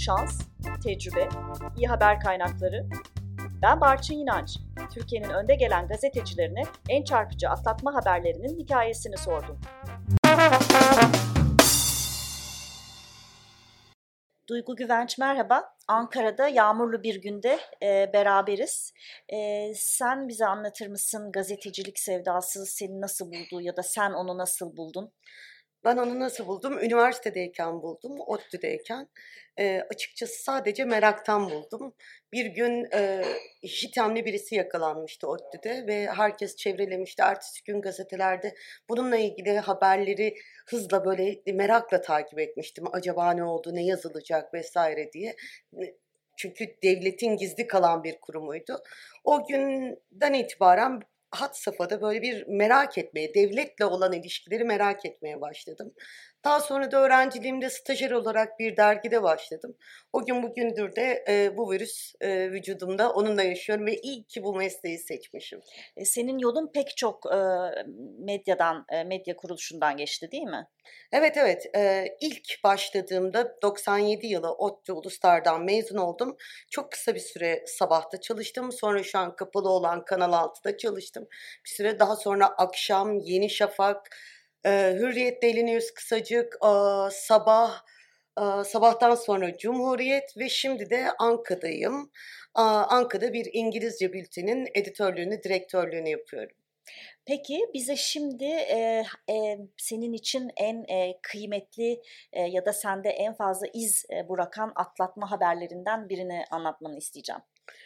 şans, tecrübe, iyi haber kaynakları. Ben Barçın İnanç. Türkiye'nin önde gelen gazetecilerine en çarpıcı atlatma haberlerinin hikayesini sordum. Duygu Güvenç merhaba. Ankara'da yağmurlu bir günde beraberiz. Sen bize anlatır mısın gazetecilik sevdası seni nasıl buldu ya da sen onu nasıl buldun? Ben onu nasıl buldum? Üniversitedeyken buldum, ODTÜ'deyken. Açıkçası sadece meraktan buldum. Bir gün hitemli birisi yakalanmıştı ODTÜ'de ve herkes çevrelemişti. Ertesi gün gazetelerde bununla ilgili haberleri hızla böyle merakla takip etmiştim. Acaba ne oldu, ne yazılacak vesaire diye. Çünkü devletin gizli kalan bir kurumuydu. O günden itibaren had safhada böyle bir merak etmeye, devletle olan ilişkileri merak etmeye başladım. Daha sonra da öğrenciliğimde stajyer olarak bir dergide başladım. O gün bugündür de bu virüs vücudumda, onunla yaşıyorum ve iyi ki bu mesleği seçmişim. Senin yolun pek çok medya kuruluşundan geçti değil mi? Evet. İlk başladığımda 97 yılı ODTÜ Uluslar'dan mezun oldum. Çok kısa bir süre sabahta çalıştım. Sonra şu an kapalı olan Kanal 6'da çalıştım. Bir süre daha sonra akşam Yeni Şafak, Hürriyet, Daily News kısacık, sabahtan sonra Cumhuriyet ve şimdi de Ankara'dayım. Anka'da bir İngilizce bültenin editörlüğünü, direktörlüğünü yapıyorum. Peki bize şimdi senin için en kıymetli ya da sende en fazla iz bırakan atlatma haberlerinden birini anlatmanı isteyeceğim.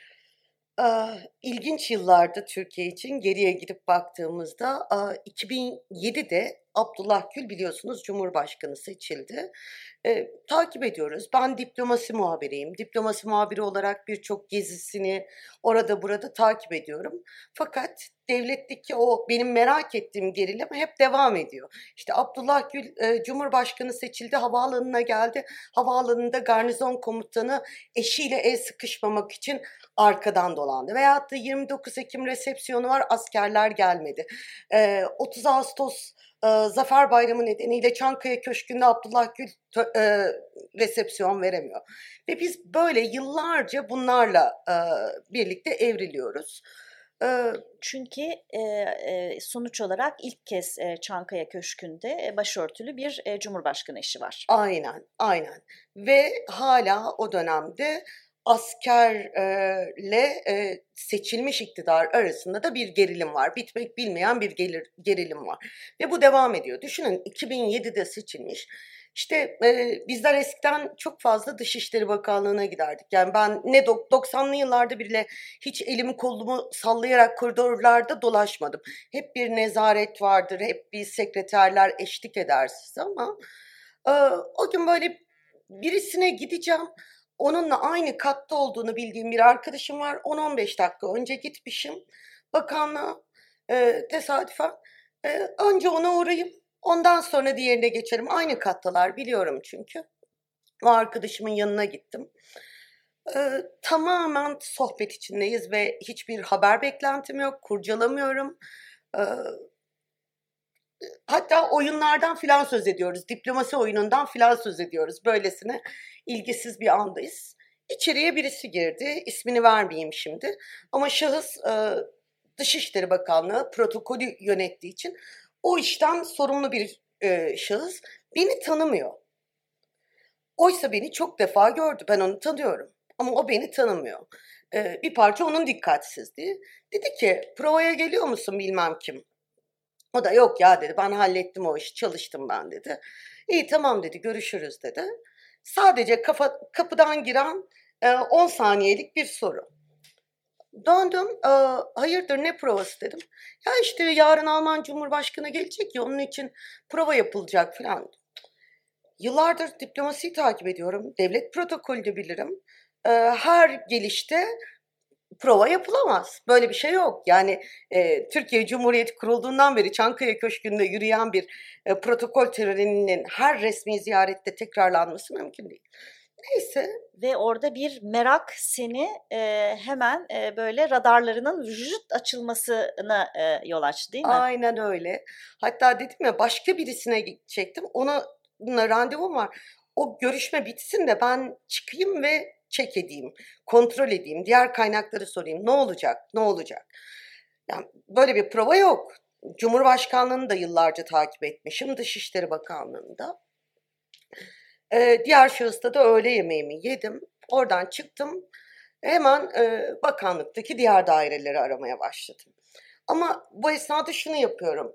İlginç yıllarda Türkiye için geriye gidip baktığımızda 2007'de Abdullah Gül biliyorsunuz Cumhurbaşkanı seçildi. Takip ediyoruz. Ben diplomasi muhabiriyim. Diplomasi muhabiri olarak birçok gezisini orada burada takip ediyorum. Fakat devletteki o benim merak ettiğim gerilim hep devam ediyor. İşte Abdullah Gül Cumhurbaşkanı seçildi, havaalanına geldi. Havaalanında garnizon komutanı eşiyle el sıkışmamak için arkadan dolandı. Veyahut da 29 Ekim resepsiyonu var, askerler gelmedi. 30 Ağustos Zafer Bayramı nedeniyle Çankaya Köşkü'nde Abdullah Gül resepsiyon veremiyor. Ve biz böyle yıllarca bunlarla birlikte evriliyoruz. Çünkü sonuç olarak ilk kez Çankaya Köşkü'nde başörtülü bir Cumhurbaşkanı eşi var. Aynen. Ve hala o dönemde askerle seçilmiş iktidar arasında da bir gerilim var. Bitmek bilmeyen bir gerilim var. Ve bu devam ediyor. Düşünün 2007'de seçilmiş. İşte bizler eskiden çok fazla Dışişleri Bakanlığı'na giderdik. Yani ben 90'lı yıllarda bile hiç elimi kolumu sallayarak koridorlarda dolaşmadım. Hep bir nezaret vardır, hep bir sekreterler eşlik eder size ama o gün böyle birisine gideceğim. Onunla aynı katta olduğunu bildiğim bir arkadaşım var. 10-15 dakika önce gitmişim bakanlığa tesadüfen. Önce ona uğrayayım. Ondan sonra diğerine geçerim. Aynı kattalar biliyorum çünkü. O arkadaşımın yanına gittim. Tamamen sohbet içindeyiz ve hiçbir haber beklentim yok. Kurcalamıyorum. Hatta oyunlardan filan söz ediyoruz. Diplomasi oyunundan filan söz ediyoruz. Böylesine ilgisiz bir andayız. İçeriye birisi girdi. İsmini vermeyeyim şimdi. Ama şahıs Dışişleri Bakanlığı protokolü yönettiği için o işten sorumlu bir şahıs beni tanımıyor. Oysa beni çok defa gördü. Ben onu tanıyorum. Ama o beni tanımıyor. Bir parça onun dikkatsizliği. Dedi ki provaya geliyor musun bilmem kim. O da yok ya dedi, ben hallettim o işi, çalıştım ben dedi. İyi tamam dedi, görüşürüz dedi. Sadece kapıdan giren 10 saniyelik bir soru. Döndüm, hayırdır ne provası dedim. Ya işte yarın Alman Cumhurbaşkanı gelecek ya onun için prova yapılacak falan. Yıllardır diplomasiyi takip ediyorum, devlet protokolü de bilirim. Her gelişte prova yapılamaz. Böyle bir şey yok. Yani Türkiye Cumhuriyeti kurulduğundan beri Çankaya Köşkü'nde yürüyen bir protokol töreninin her resmi ziyarette tekrarlanması mümkün değil. Neyse. Ve orada bir merak seni hemen böyle radarlarının vücut açılmasına yol açtı değil mi? Aynen öyle. Hatta dedim ya başka birisine gidecektim. Onunla randevum var. o görüşme bitsin de ben çıkayım ve check edeyim, kontrol edeyim, diğer kaynakları sorayım. Ne olacak, ne olacak? Yani böyle bir prova yok. Cumhurbaşkanlığını da yıllarca takip etmişim, Dışişleri Bakanlığı'nda. Diğer şahısta da öğle yemeğimi yedim. Oradan çıktım. Hemen bakanlıktaki diğer daireleri aramaya başladım. Ama bu esnada şunu yapıyorum.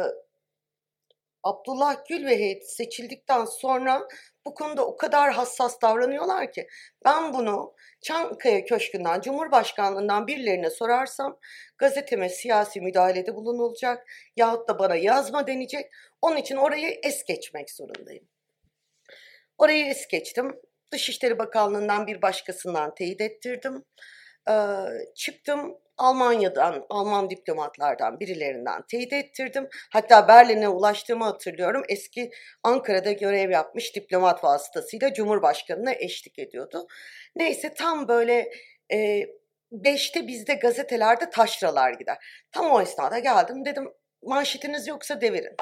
Abdullah Gül ve heyeti seçildikten sonra bu konuda o kadar hassas davranıyorlar ki ben bunu Çankaya Köşkü'nden, Cumhurbaşkanlığından birilerine sorarsam gazeteme siyasi müdahalede bulunulacak yahut da bana yazma denecek. Onun için orayı es geçmek zorundayım. Orayı es geçtim. Dışişleri Bakanlığı'ndan bir başkasından teyit ettirdim. Çıktım Almanya'dan, Alman diplomatlardan birilerinden teyit ettirdim. Hatta Berlin'e ulaştığımı hatırlıyorum. Eski Ankara'da görev yapmış diplomat vasıtasıyla Cumhurbaşkanı'na eşlik ediyordu. Neyse tam böyle 5'te bizde gazetelerde taşralar gider. Tam o esnada geldim, dedim manşetiniz yoksa devirin.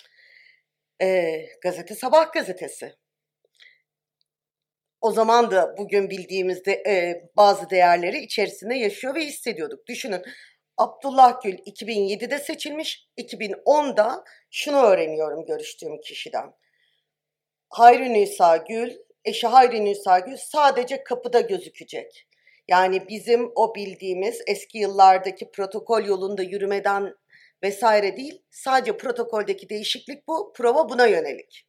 Gazete Sabah gazetesi. O zaman da bugün bildiğimizde bazı değerleri içerisinde yaşıyor ve hissediyorduk. Düşünün, Abdullah Gül 2007'de seçilmiş, 2010'da şunu öğreniyorum görüştüğüm kişiden. Hayri Nisa Gül, eşi Hayri Nisa Gül sadece kapıda gözükecek. Yani bizim o bildiğimiz eski yıllardaki protokol yolunda yürümeden vesaire değil, sadece protokoldeki değişiklik bu, prova buna yönelik.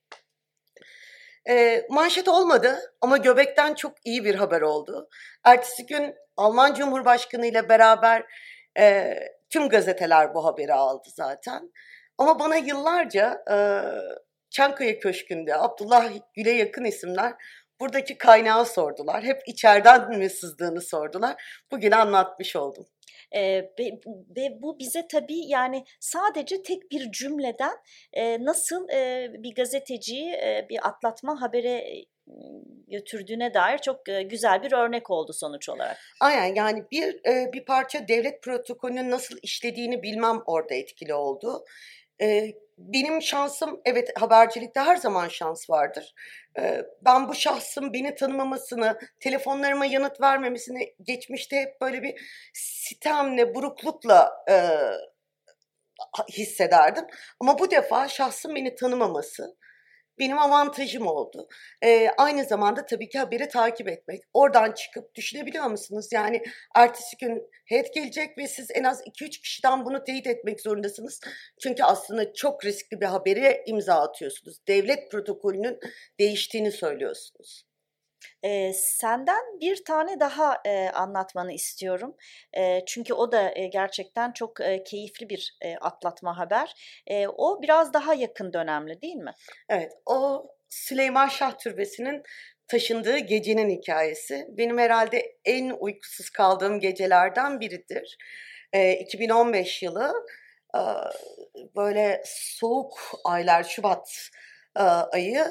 Manşet olmadı ama göbekten çok iyi bir haber oldu. Ertesi gün Alman Cumhurbaşkanı ile beraber tüm gazeteler bu haberi aldı zaten. Ama bana yıllarca Çankaya Köşkü'nde Abdullah Gül'e yakın isimler buradaki kaynağı sordular. Hep içeriden mi sızdığını sordular. Bugün anlatmış oldum. Ve bu bize tabii yani sadece tek bir cümleden nasıl bir gazeteciyi bir atlatma habere götürdüğüne dair çok güzel bir örnek oldu sonuç olarak. Aynen, yani bir parça devlet protokolünün nasıl işlediğini bilmem orada etkili oldu. Benim şansım, evet, habercilikte her zaman şans vardır. Ben bu şahsın beni tanımamasını, telefonlarıma yanıt vermemesini geçmişte hep böyle bir sitemle, buruklukla hissederdim. Ama bu defa şahsın beni tanımaması benim avantajım oldu. Aynı zamanda tabii ki haberi takip etmek. Oradan çıkıp düşünebiliyor musunuz? Yani ertesi gün heyet gelecek ve siz en az 2-3 kişiden bunu teyit etmek zorundasınız. Çünkü aslında çok riskli bir habere imza atıyorsunuz. Devlet protokolünün değiştiğini söylüyorsunuz. Senden bir tane daha anlatmanı istiyorum. Çünkü o da gerçekten çok keyifli bir atlatma haber. O biraz daha yakın dönemli değil mi? Evet, o Süleyman Şah Türbesi'nin taşındığı gecenin hikayesi. Benim herhalde en uykusuz kaldığım gecelerden biridir. 2015 yılı böyle soğuk aylar, Şubat ayı,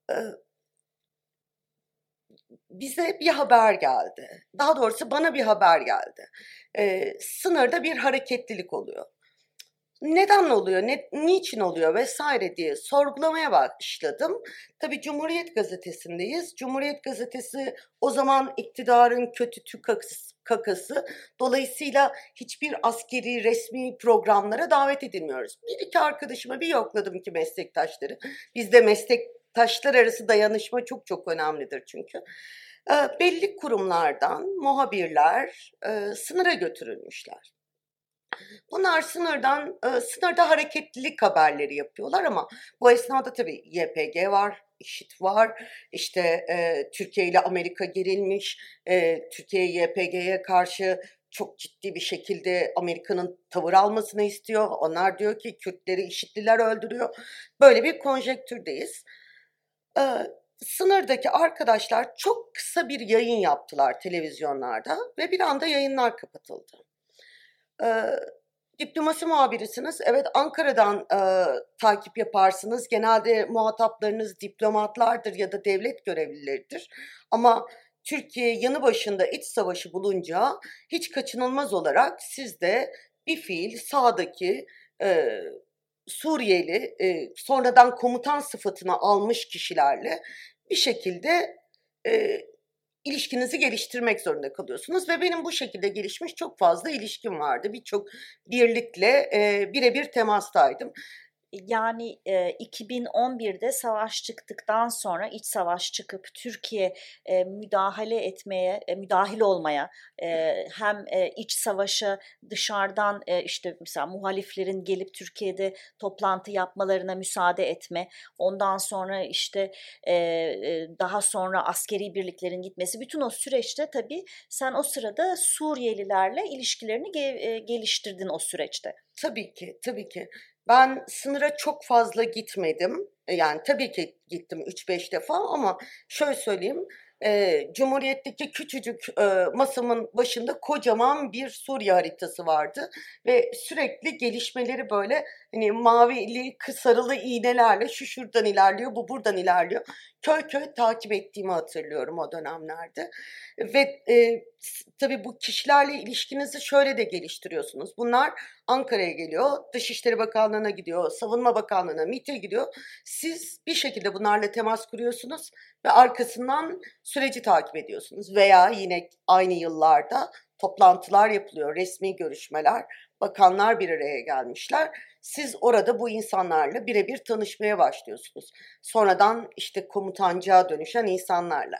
bize bir haber geldi. Daha doğrusu bana bir haber geldi. Sınırda bir hareketlilik oluyor. Neden oluyor, niçin oluyor vesaire diye sorgulamaya başladım. Tabii Cumhuriyet Gazetesi'ndeyiz. Cumhuriyet Gazetesi o zaman iktidarın kötü kakası. Dolayısıyla hiçbir askeri resmi programlara davet edilmiyoruz. Bir iki arkadaşıma bir yokladım ki meslektaşları. Bizde meslektaşlar arası dayanışma çok çok önemlidir çünkü. Belli kurumlardan muhabirler sınıra götürülmüşler. Bunlar sınırda hareketlilik haberleri yapıyorlar ama bu esnada tabii YPG var, IŞİD var, işte Türkiye ile Amerika gerilmiş, Türkiye YPG'ye karşı çok ciddi bir şekilde Amerika'nın tavır almasını istiyor. Onlar diyor ki Kürtleri IŞİD'liler öldürüyor. Böyle bir konjektürdeyiz. Sınırdaki arkadaşlar çok kısa bir yayın yaptılar televizyonlarda ve bir anda yayınlar kapatıldı. Diplomasi muhabirisiniz. Evet, Ankara'dan takip yaparsınız. Genelde muhataplarınız diplomatlardır ya da devlet görevlileridir. Ama Türkiye yanı başında iç savaşı bulunca hiç kaçınılmaz olarak siz de bir fiil sağdaki Suriyeli sonradan komutan sıfatını almış kişilerle bir şekilde ilişkinizi geliştirmek zorunda kalıyorsunuz ve benim bu şekilde gelişmiş çok fazla ilişkim vardı. Birçok birlikle birebir temastaydım. Yani 2011'de savaş çıktıktan sonra iç savaş çıkıp Türkiye müdahale etmeye, müdahil olmaya hem iç savaşa dışarıdan işte mesela muhaliflerin gelip Türkiye'de toplantı yapmalarına müsaade etme, ondan sonra işte daha sonra askeri birliklerin gitmesi, bütün o süreçte tabii sen o sırada Suriyelilerle ilişkilerini geliştirdin o süreçte. Tabii ki, tabii ki. Ben sınıra çok fazla gitmedim. Yani tabii ki gittim 3-5 defa ama şöyle söyleyeyim. Cumhuriyet'teki küçücük masamın başında kocaman bir Suriye haritası vardı. Ve sürekli gelişmeleri böyle hani mavili, sarılı iğnelerle şu şuradan ilerliyor, bu buradan ilerliyor. Köy köy takip ettiğimi hatırlıyorum o dönemlerde. Ve tabii bu kişilerle ilişkinizi şöyle de geliştiriyorsunuz. Bunlar Ankara'ya geliyor, Dışişleri Bakanlığı'na gidiyor, Savunma Bakanlığı'na, MİT'e gidiyor. Siz bir şekilde bunlarla temas kuruyorsunuz ve arkasından süreci takip ediyorsunuz. Veya yine aynı yıllarda toplantılar yapılıyor, resmi görüşmeler, bakanlar bir araya gelmişler. Siz orada bu insanlarla birebir tanışmaya başlıyorsunuz. Sonradan işte komutancıya dönüşen insanlarla.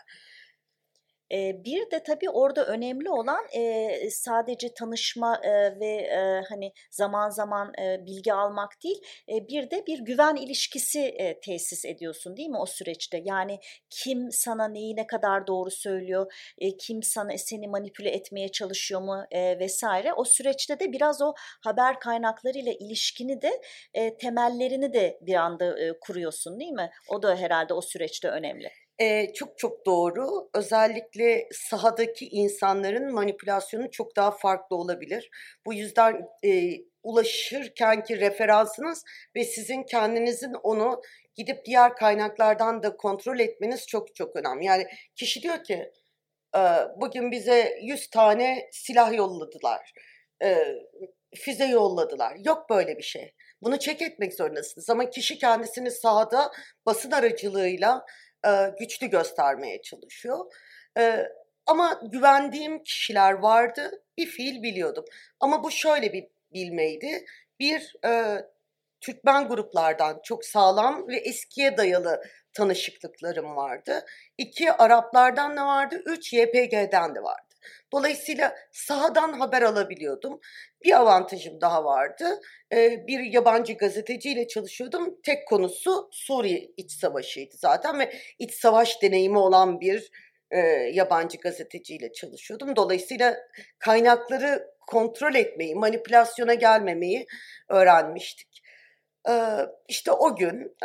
Bir de tabii orada önemli olan sadece tanışma ve hani zaman zaman bilgi almak değil, bir de bir güven ilişkisi tesis ediyorsun, değil mi o süreçte? Yani kim sana neyi ne kadar doğru söylüyor, kim seni manipüle etmeye çalışıyor mu vesaire. O süreçte de biraz o haber kaynaklarıyla ilişkini de temellerini de bir anda kuruyorsun, değil mi? O da herhalde o süreçte önemli. Çok çok doğru. Özellikle sahadaki insanların manipülasyonu çok daha farklı olabilir. Bu yüzden ulaşırkenki referansınız ve sizin kendinizin onu gidip diğer kaynaklardan da kontrol etmeniz çok çok önemli. Yani kişi diyor ki bugün bize 100 tane silah yolladılar, füze yolladılar. Yok böyle bir şey. Bunu check etmek zorundasınız ama kişi kendisini sahada basın aracılığıyla güçlü göstermeye çalışıyor. E, Ama güvendiğim kişiler vardı, bir fiil biliyordum. Ama bu şöyle bir bilmeydi. Bir Türkmen gruplardan çok sağlam ve eskiye dayalı tanışıklıklarım vardı. İki, Araplardan da vardı. Üç, YPG'den de vardı. Dolayısıyla sahadan haber alabiliyordum. Bir avantajım daha vardı. Bir yabancı gazeteciyle çalışıyordum. Tek konusu Suriye iç savaşıydı zaten ve iç savaş deneyimi olan bir yabancı gazeteciyle çalışıyordum. Dolayısıyla kaynakları kontrol etmeyi, manipülasyona gelmemeyi öğrenmiştik. İşte o gün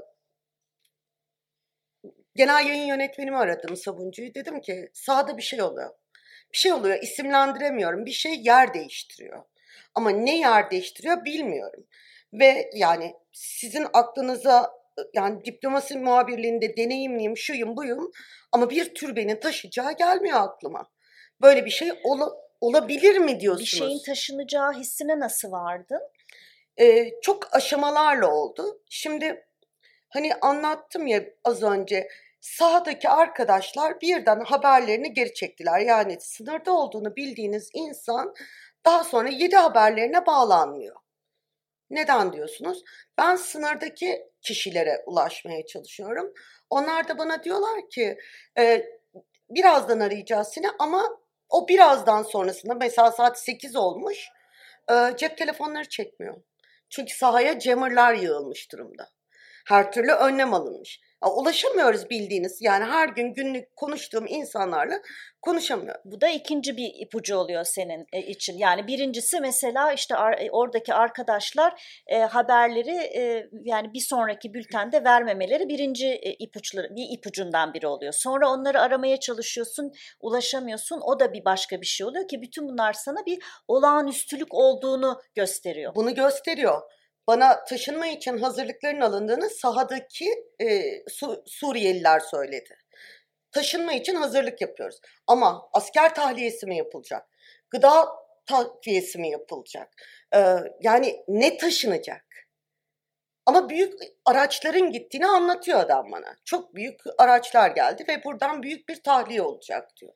genel yayın yönetmenimi aradım, Sabuncu'yu. Dedim ki sahada bir şey oluyor. Bir şey oluyor, isimlendiremiyorum. Bir şey yer değiştiriyor. Ama ne yer değiştiriyor bilmiyorum. Ve yani sizin aklınıza yani diplomasi muhabirliğinde deneyimliyim, şuyum buyum ama bir türbenin taşıyacağı gelmiyor aklıma. Böyle bir şey olabilir mi Bir şeyin diyorsunuz? taşınacağı hissine nasıl vardın? Çok aşamalarla oldu. Şimdi hani anlattım ya az önce, sahadaki arkadaşlar birden haberlerini geri çektiler. Yani sınırda olduğunu bildiğiniz insan daha sonra 7 haberlerine bağlanmıyor. Neden diyorsunuz? Ben sınırdaki kişilere ulaşmaya çalışıyorum. Onlar da bana diyorlar ki e, birazdan arayacağız seni ama o birazdan sonrasında mesela saat 8 olmuş, cep telefonları çekmiyor. Çünkü sahaya jammerlar yığılmış durumda. Her türlü önlem alınmış. Ya, ulaşamıyoruz bildiğiniz. Yani her gün günlük konuştuğum insanlarla konuşamıyorum. Bu da ikinci bir ipucu oluyor senin için. Yani birincisi mesela işte oradaki arkadaşlar haberleri yani bir sonraki bültende vermemeleri birinci ipuçları, bir ipucundan biri oluyor. Sonra onları aramaya çalışıyorsun, ulaşamıyorsun. O da bir başka bir şey oluyor ki bütün bunlar sana bir olağanüstülük olduğunu gösteriyor. Bunu gösteriyor. Bana taşınma için hazırlıkların alındığını sahadaki Suriyeliler söyledi. Taşınma için hazırlık yapıyoruz. Ama asker tahliyesi mi yapılacak? Gıda takviyesi mi yapılacak? Yani ne taşınacak? Ama büyük araçların gittiğini anlatıyor adam bana. Çok büyük araçlar geldi ve buradan büyük bir tahliye olacak diyor.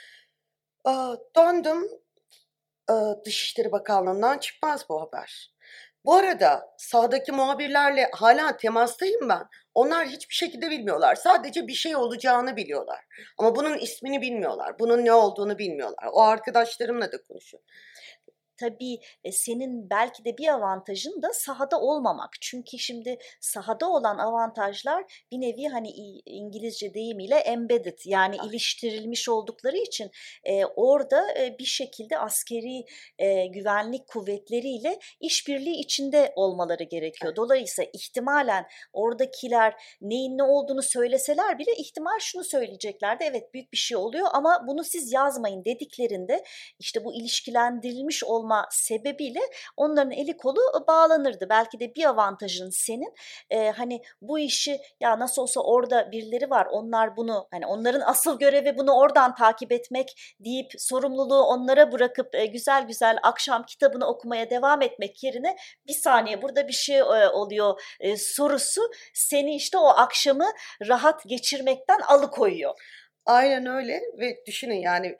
Döndüm, Dışişleri Bakanlığı'ndan çıkmaz bu haber. Bu arada sahadaki muhabirlerle hala temastayım ben. Onlar hiçbir şekilde bilmiyorlar. Sadece bir şey olacağını biliyorlar. Ama bunun ismini bilmiyorlar. Bunun ne olduğunu bilmiyorlar. O arkadaşlarımla da konuşuyorum. Tabii senin belki de bir avantajın da sahada olmamak. Çünkü şimdi sahada olan avantajlar bir nevi hani İngilizce deyimiyle embedded, yani iliştirilmiş oldukları için orada bir şekilde askeri güvenlik kuvvetleriyle işbirliği içinde olmaları gerekiyor. Dolayısıyla ihtimalen oradakiler neyin ne olduğunu söyleseler bile ihtimal şunu söyleyeceklerdi: evet, büyük bir şey oluyor ama bunu siz yazmayın dediklerinde işte bu ilişkilendirilmiş olma sebebiyle onların eli kolu bağlanırdı. Belki de bir avantajın senin hani bu işi, ya nasıl olsa orada birileri var, onlar bunu, hani onların asıl görevi bunu oradan takip etmek deyip sorumluluğu onlara bırakıp güzel güzel akşam kitabını okumaya devam etmek yerine bir saniye burada bir şey oluyor sorusu seni işte o akşamı rahat geçirmekten alıkoyuyor. Aynen öyle ve düşünün yani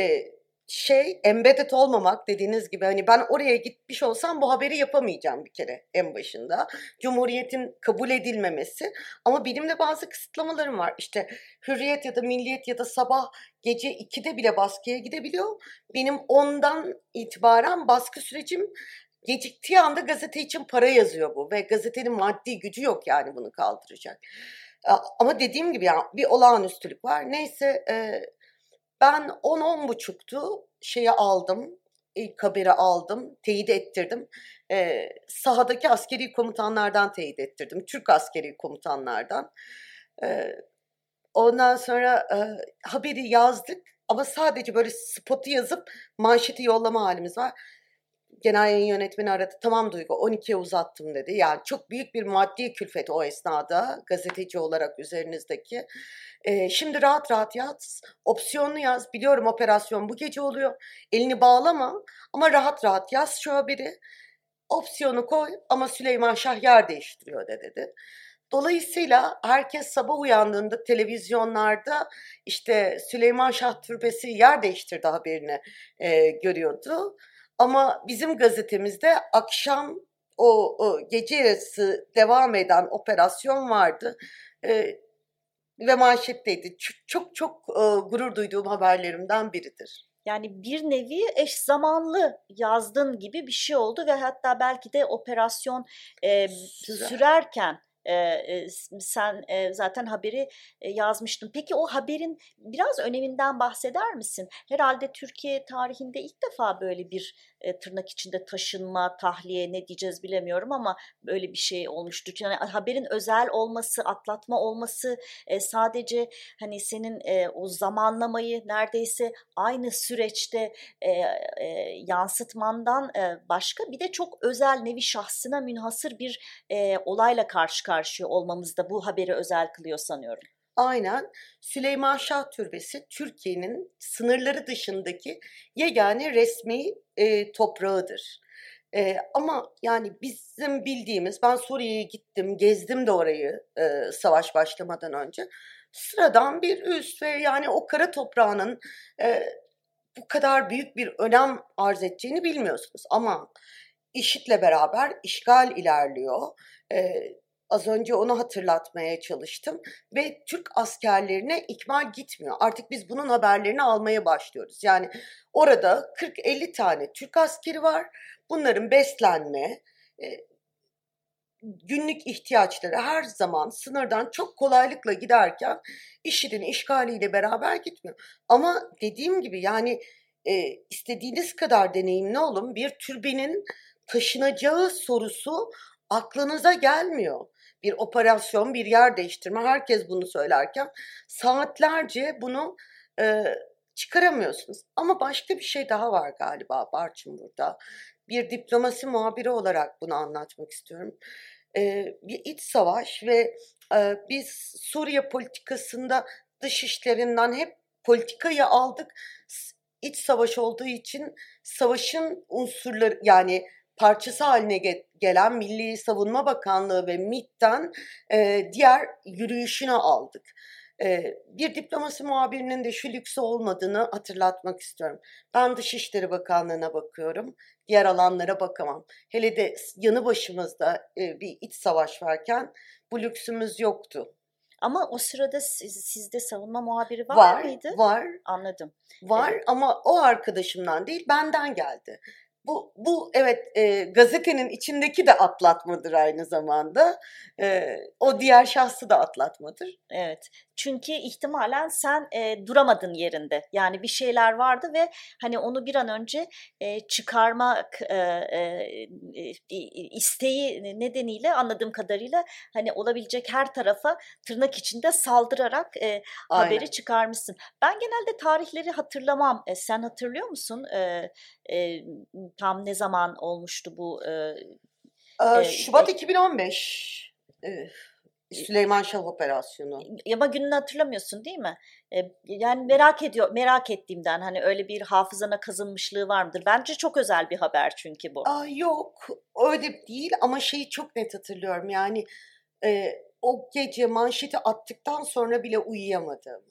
embedded olmamak dediğiniz gibi, hani ben oraya gitmiş olsam bu haberi yapamayacağım bir kere en başında. Cumhuriyetin kabul edilmemesi, ama benim de bazı kısıtlamalarım var. İşte Hürriyet ya da Milliyet ya da Sabah gece 2'de bile baskıya gidebiliyor. Benim ondan itibaren baskı sürecim geciktiği anda gazete için para yazıyor bu ve gazetenin maddi gücü yok yani bunu kaldıracak. Ama dediğim gibi yani bir olağanüstülük var. Neyse, ben 10-10.30'tu şeyi aldım, ilk haberi aldım, teyit ettirdim. Sahadaki askeri komutanlardan teyit ettirdim, Türk askeri komutanlardan. Ondan sonra haberi yazdık ama sadece böyle spotu yazıp manşeti yollama halimiz var. Genel yayın yönetmeni aradı. Tamam Duygu, 12'ye uzattım dedi. Yani çok büyük bir maddi külfet o esnada gazeteci olarak üzerinizdeki. Şimdi rahat rahat yaz, opsiyonlu yaz. Biliyorum operasyon bu gece oluyor. Elini bağlama ama rahat rahat yaz şu haberi. Opsiyonu koy ama Süleyman Şah yer değiştiriyor de dedi. Dolayısıyla herkes sabah uyandığında televizyonlarda işte Süleyman Şah Türbesi yer değiştirdi haberini görüyordu. Ama bizim gazetemizde akşam o gece yarısı devam eden operasyon vardı ve manşetteydi. Çok çok gurur duyduğum haberlerimden biridir. Yani bir nevi eş zamanlı yazdın gibi bir şey oldu ve hatta belki de operasyon sürerken sen zaten haberi yazmıştın. Peki o haberin biraz öneminden bahseder misin? Herhalde Türkiye tarihinde ilk defa böyle bir tırnak içinde taşınma, tahliye, ne diyeceğiz bilemiyorum ama böyle bir şey olmuştu. Yani haberin özel olması, atlatma olması sadece hani senin o zamanlamayı neredeyse aynı süreçte yansıtmandan başka bir de çok özel, nevi şahsına münhasır bir olayla karşı karşıya olmamız da bu haberi özel kılıyor sanıyorum. Aynen. Süleyman Şah Türbesi Türkiye'nin sınırları dışındaki yegane resmi toprağıdır. Ama yani bizim bildiğimiz, ben Suriye'ye gittim, gezdim de orayı savaş başlamadan önce. Sıradan bir üs ve yani o kara toprağının bu kadar büyük bir önem arz edeceğini bilmiyorsunuz. Ama IŞİD'le beraber işgal ilerliyor. Az önce onu hatırlatmaya çalıştım ve Türk askerlerine ikmal gitmiyor. Artık biz bunun haberlerini almaya başlıyoruz. Yani orada 40-50 tane Türk askeri var. Bunların beslenme, günlük ihtiyaçları her zaman sınırdan çok kolaylıkla giderken IŞİD'in işgaliyle beraber gitmiyor. Ama dediğim gibi yani istediğiniz kadar deneyimli olun, bir türbenin taşınacağı sorusu aklınıza gelmiyor. Bir operasyon, bir yer değiştirme, herkes bunu söylerken saatlerce bunu çıkaramıyorsunuz. Ama başka bir şey daha var galiba Barçın burada. Bir diplomasi muhabiri olarak bunu anlatmak istiyorum. Bir iç savaş ve biz Suriye politikasında dış işlerinden hep politikayı aldık. İç savaş olduğu için savaşın unsurları, yani parçası haline gelen Milli Savunma Bakanlığı ve MİT'ten diğer yürüyüşüne aldık. Bir diplomasi muhabirinin de şu lüksü olmadığını hatırlatmak istiyorum. Ben Dışişleri Bakanlığı'na bakıyorum, diğer alanlara bakamam. Hele de yanı başımızda bir iç savaş varken bu lüksümüz yoktu. Ama o sırada sizde savunma muhabiri var Var, mıydı? var, Anladım. var Evet. ama o arkadaşımdan değil, benden geldi. Bu evet, gazetenin içindeki de atlatmadır aynı zamanda. O diğer şahsı da atlatmadır. Evet. Çünkü ihtimalen sen duramadın yerinde. Yani bir şeyler vardı ve hani onu bir an önce çıkarmak isteği nedeniyle anladığım kadarıyla hani olabilecek her tarafa tırnak içinde saldırarak haberi Aynen. çıkarmışsın. Ben genelde tarihleri hatırlamam. Sen hatırlıyor musun? Tam ne zaman olmuştu bu? Şubat 2015. Süleyman Şah Operasyonu. Ama gününü hatırlamıyorsun değil mi? Yani merak ettiğimden hani öyle bir hafızana kazınmışlığı var mıdır? Bence çok özel bir haber çünkü bu. Yok, öyle değil ama şeyi çok net hatırlıyorum. Yani o gece manşeti attıktan sonra bile uyuyamadım.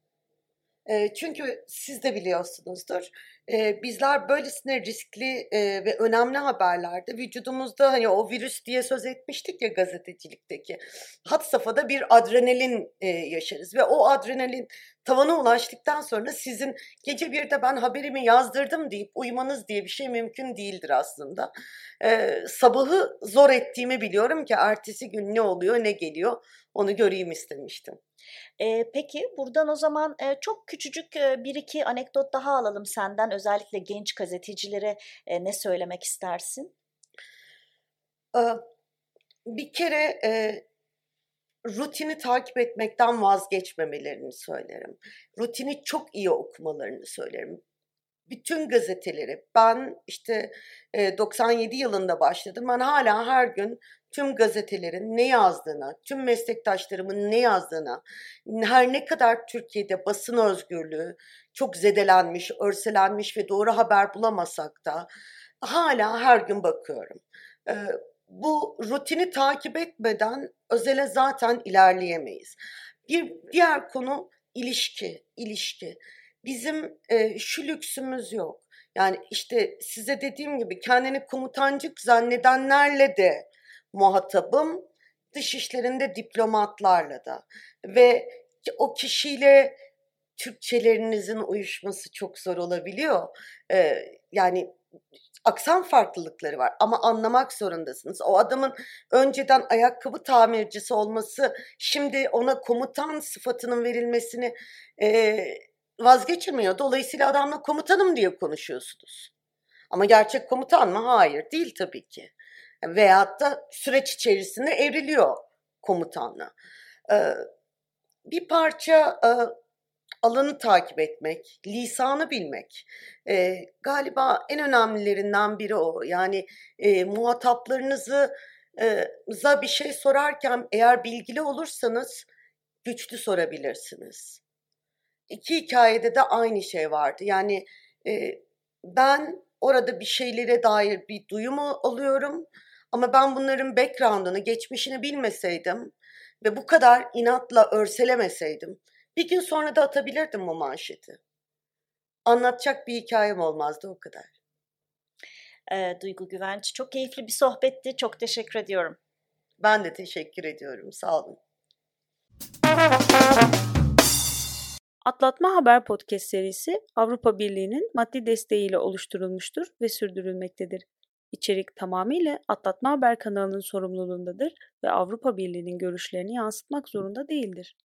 Çünkü siz de biliyorsunuzdur. Bizler böylesine riskli ve önemli haberlerde vücudumuzda hani o virüs diye söz etmiştik ya gazetecilikteki. Had safhada bir adrenalin yaşarız ve o adrenalin tavana ulaştıktan sonra sizin gece 1'de ben haberimi yazdırdım deyip uyumanız diye bir şey mümkün değildir aslında. Sabahı zor ettiğimi biliyorum ki ertesi gün ne oluyor ne geliyor onu göreyim istemiştim. Peki buradan o zaman çok küçücük bir iki anekdot daha alalım senden. Özellikle genç gazetecilere ne söylemek istersin? Ee, Bir kere rutini takip etmekten vazgeçmemelerini söylerim. Rutini çok iyi okumalarını söylerim. Bütün gazeteleri ben işte 97 yılında başladım. Ben hala her gün tüm gazetelerin ne yazdığına, tüm meslektaşlarımın ne yazdığına, her ne kadar Türkiye'de basın özgürlüğü çok zedelenmiş, örselenmiş ve doğru haber bulamasak da hala her gün bakıyorum. E, Bu rutini takip etmeden özele zaten ilerleyemeyiz. Bir diğer konu ilişki. Bizim şu lüksümüz yok. Yani işte size dediğim gibi kendini komutancık zannedenlerle de muhatabım, dış işlerinde diplomatlarla da. Ve o kişiyle Türkçelerinizin uyuşması çok zor olabiliyor. Yani aksan farklılıkları var ama anlamak zorundasınız. O adamın önceden ayakkabı tamircisi olması şimdi ona komutan sıfatının verilmesini vazgeçirmiyor. Dolayısıyla adamla komutanım diye konuşuyorsunuz. Ama gerçek komutan mı? Hayır, değil tabii ki. Veyahut da süreç içerisinde evriliyor komutanla. Ee, Bir parça alanı takip etmek, lisanı bilmek. Galiba en önemlilerinden biri o. Yani muhataplarınızı za bir şey sorarken eğer bilgili olursanız güçlü sorabilirsiniz. İki hikayede de aynı şey vardı. Yani ben orada bir şeylere dair bir duyum alıyorum ama ben bunların background'ını, geçmişini bilmeseydim ve bu kadar inatla örselemeseydim bir gün sonra da atabilirdim bu manşeti. Anlatacak bir hikayem olmazdı o kadar. Duygu Güvenç, çok keyifli bir sohbetti. Çok teşekkür ediyorum. Ben de teşekkür ediyorum. Sağ olun. Atlatma Haber Podcast serisi Avrupa Birliği'nin maddi desteğiyle oluşturulmuştur ve sürdürülmektedir. İçerik tamamıyla Atlatma Haber kanalının sorumluluğundadır ve Avrupa Birliği'nin görüşlerini yansıtmak zorunda değildir.